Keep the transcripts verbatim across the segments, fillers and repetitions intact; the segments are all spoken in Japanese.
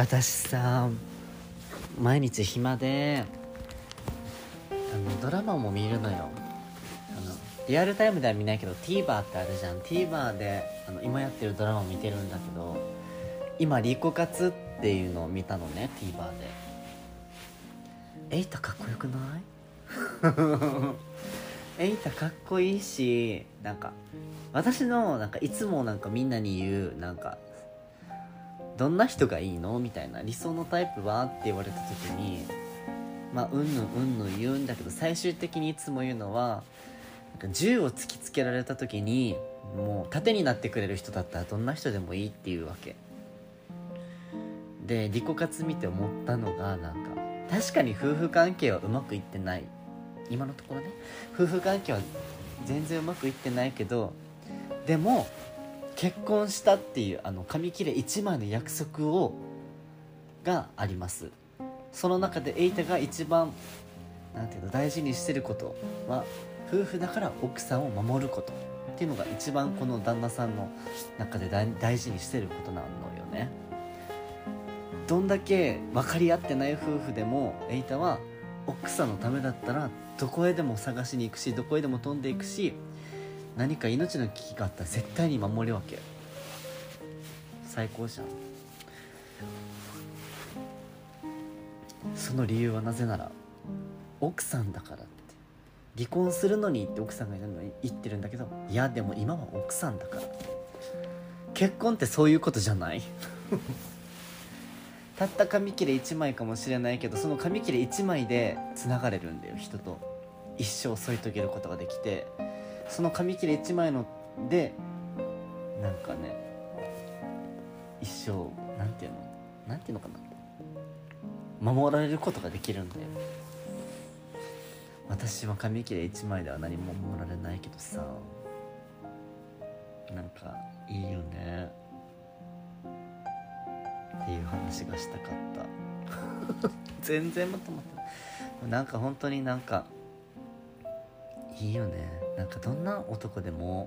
私さ、毎日暇であのドラマも見るのよ。あのリアルタイムでは見ないけど TVer ってあるじゃん。 TVer であの今やってるドラマ見てるんだけど、今リコカツっていうのを見たのね。 TVer でエイタかっこよくないエイタかっこいいし、なんか私のなんかいつもなんかみんなに言う、なんかどんな人がいいのみたいな、理想のタイプはって言われた時に、まあうんぬんうんぬん言うんだけど、最終的にいつも言うのは、なんか銃を突きつけられた時にもう盾になってくれる人だったらどんな人でもいいっていうわけで、リコカツ見て思ったのが、なんか確かに夫婦関係はうまくいってない、今のところね。夫婦関係は全然うまくいってないけど、でも結婚したっていうあの紙切れ一枚の約束をがあります。その中でエイタが一番なんていうの大事にしてることは、夫婦だから奥さんを守ることっていうのが一番この旦那さんの中で大大事にしてることなのよね。どんだけ分かり合ってない夫婦でもエイタは奥さんのためだったらどこへでも探しに行くし、どこへでも飛んでいくし、何か命の危機があったら絶対に守るわけ。最高じゃん。その理由はなぜなら奥さんだからって。離婚するのにって奥さんが言ってるんだけど、いやでも今は奥さんだから。結婚ってそういうことじゃないたった紙切れいちまいかもしれないけど、その紙切れいちまいでつながれるんだよ。人と一生添い遂げることができて、その紙切れいちまいのでなんかね、一生なんていうのなんていうのかな、守られることができるんだよ。私は紙切れいちまいでは何も守られないけどさ、なんかいいよねっていう話がしたかった全然まとまってない。なんか本当になんかいいよね。なんかどんな男でも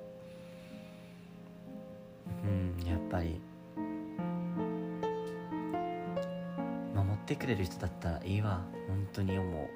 うんやっぱり守ってくれる人だったらいいわ。本当に思う。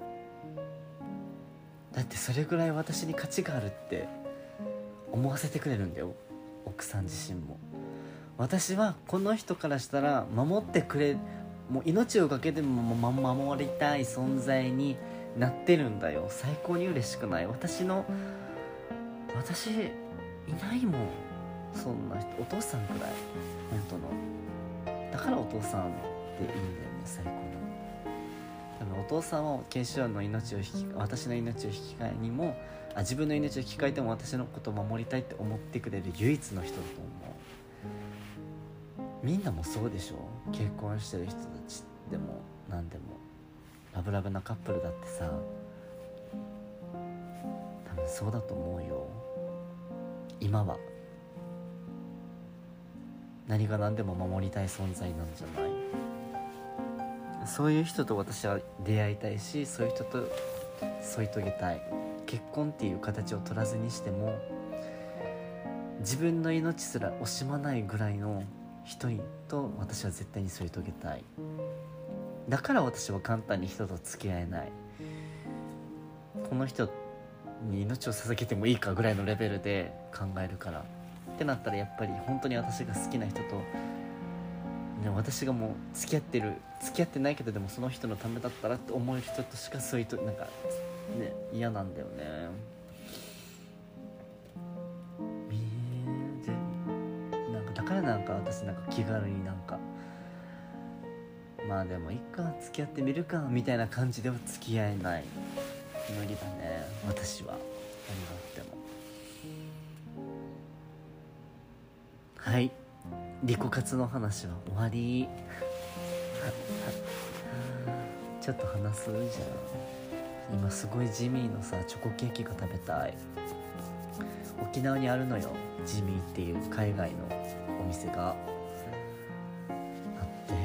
だってそれぐらい私に価値があるって思わせてくれるんだよ、奥さん自身も。私はこの人からしたら守ってくれ、もう命をかけても守りたい存在になってるんだよ。最高に嬉しくない？私の私いないもんそんな人。お父さんくらい本当の。だからお父さんっていいんだよね、最高に。でもお父さんはケンシロウの命を引き私の命を引き換えにもあ自分の命を引き換えても私のことを守りたいって思ってくれる唯一の人だと思う。みんなもそうでしょ。結婚してる人たちでも何でもラブラブなカップルだってさ、多分そうだと思うよ。今は何が何でも守りたい存在なんじゃない？そういう人と私は出会いたいし、そういう人と添い遂げたい。結婚っていう形を取らずにしても自分の命すら惜しまないぐらいの人と私は絶対に添い遂げたい。だから私は簡単に人と付き合えない。この人に命を捧げてもいいかぐらいのレベルで考えるから。ってなったらやっぱり本当に私が好きな人と、ね、私がもう付き合ってる付き合ってないけどでもその人のためだったらって思える人としかそういうとなんかね嫌なんだよね。えー、なんかだからなんか私なんか気軽になんかまあでもいっか付き合ってみるかみたいな感じでは付き合えない。無理だね私は。何があっても。はい、リコカツの話は終わりちょっと話すじゃん。今すごいジミーのさチョコケーキが食べたい。沖縄にあるのよ、ジミーっていう海外のお店があって、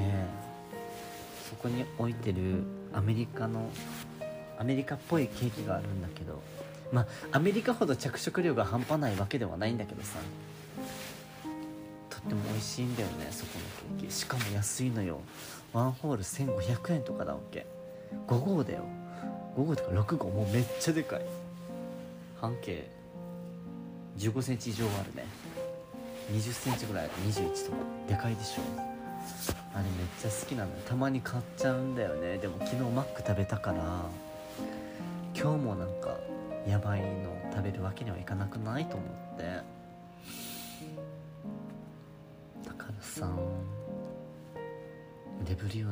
そこに置いてるアメリカのアメリカっぽいケーキがあるんだけど、まあアメリカほど着色料が半端ないわけではないんだけどさ、とっでも美味しいんだよね、そこのケーキ。しかも安いのよ。ワンホールせんごひゃくえんとかだわけ。ごごうだよ。ごごうとかろくごう、もうめっちゃでかい。半径じゅうごセンチ以上あるね。にじゅっセンチぐらいある。にじゅういちとかでかいでしょ。あれめっちゃ好きなのよ。たまに買っちゃうんだよね。でも昨日マック食べたから今日もなんかやばいの食べるわけにはいかなくないと思って。だからさ、レブリよね。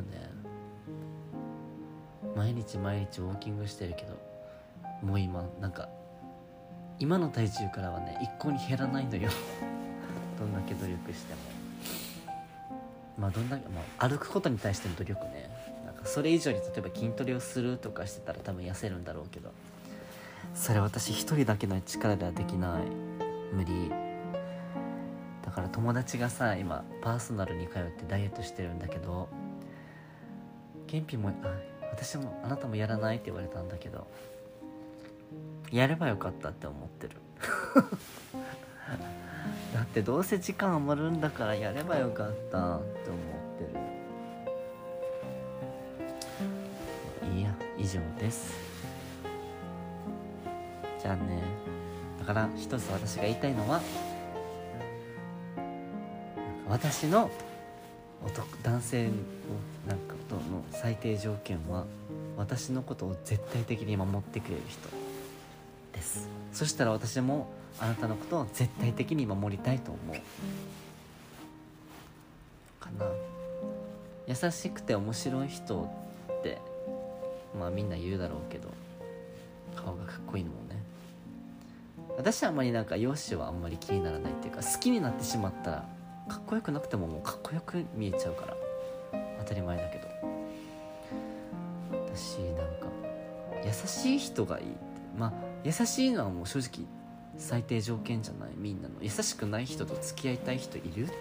毎日毎日ウォーキングしてるけど、もう今なんか今の体重からはね一向に減らないのよどんだけ努力しても。まあどんだけ、まあ、歩くことに対しての努力ね。なんかそれ以上に例えば筋トレをするとかしてたら多分痩せるんだろうけど、それ私一人だけの力ではできない。無理だから。友達がさ今パーソナルに通ってダイエットしてるんだけど、ケンピもあ私もあなたもやらないって言われたんだけど、やればよかったって思ってるだってどうせ時間余るんだからやればよかったって思ってる。いいや、以上です。じゃあね。だから一つ私が言いたいのは、私の男男性をなんかとの最低条件は私のことを絶対的に守ってくれる人です。そしたら私もあなたのことを絶対的に守りたいと思うかな。優しくて面白い人ってまあみんな言うだろうけど、顔がかっこいいのもね。私はあんまりなんか容姿はあんまり気にならないっていうか、好きになってしまったらかっこよくなくてももうかっこよく見えちゃうから当たり前だけど、私なんか優しい人がいいって。まあ優しいのはもう正直最低条件じゃない。みんなの優しくない人と付き合いたい人いるって思う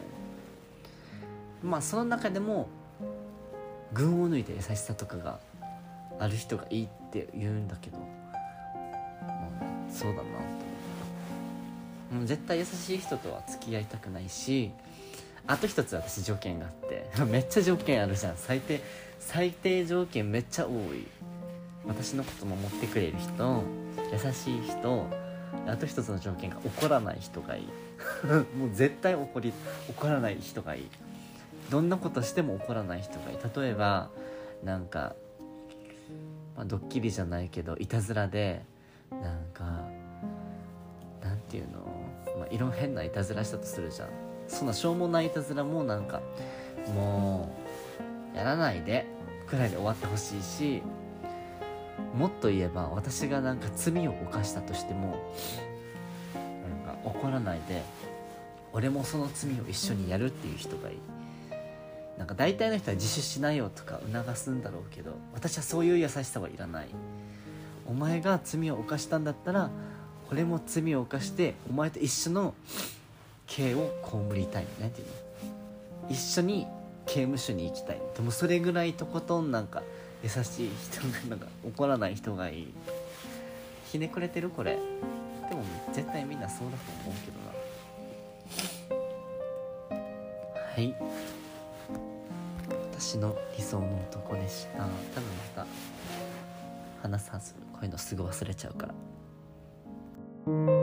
もん。まあその中でも群を抜いて優しさとかがある人がいいって言うんだけど、まあ、そうだなと思う。もう絶対優しい人とは付き合いたくないし、あと一つ私条件があってめっちゃ条件あるじゃん。最低最低条件めっちゃ多い。私のこと守ってくれる人、優しい人、あと一つの条件が怒らない人がいいもう絶対怒り怒らない人がいい。どんなことしても怒らない人がいい。例えばなんか、まあ、ドッキリじゃないけどいたずらでなんかなんていうの、まあ、いろんな変ないたずらしたとするじゃん。そんなしょうもないいたずらもなんかもうやらないでくらいで終わってほしいし、もっと言えば私がなんか罪を犯したとしてもなんか怒らないで俺もその罪を一緒にやるっていう人がいい。なんか大体の人は自首しないよとか促すんだろうけど、私はそういう優しさはいらない。お前が罪を犯したんだったら俺も罪を犯してお前と一緒の刑を被りたい。なんていうの、一緒に刑務所に行きたい。でもそれぐらいとことんなんか優しい人がなんか怒らない人がいい。ひねくれてるこれ。でも絶対みんなそうだと思うけどな。はい、私の理想の男でした。多分また話さずこういうのすぐ忘れちゃうから。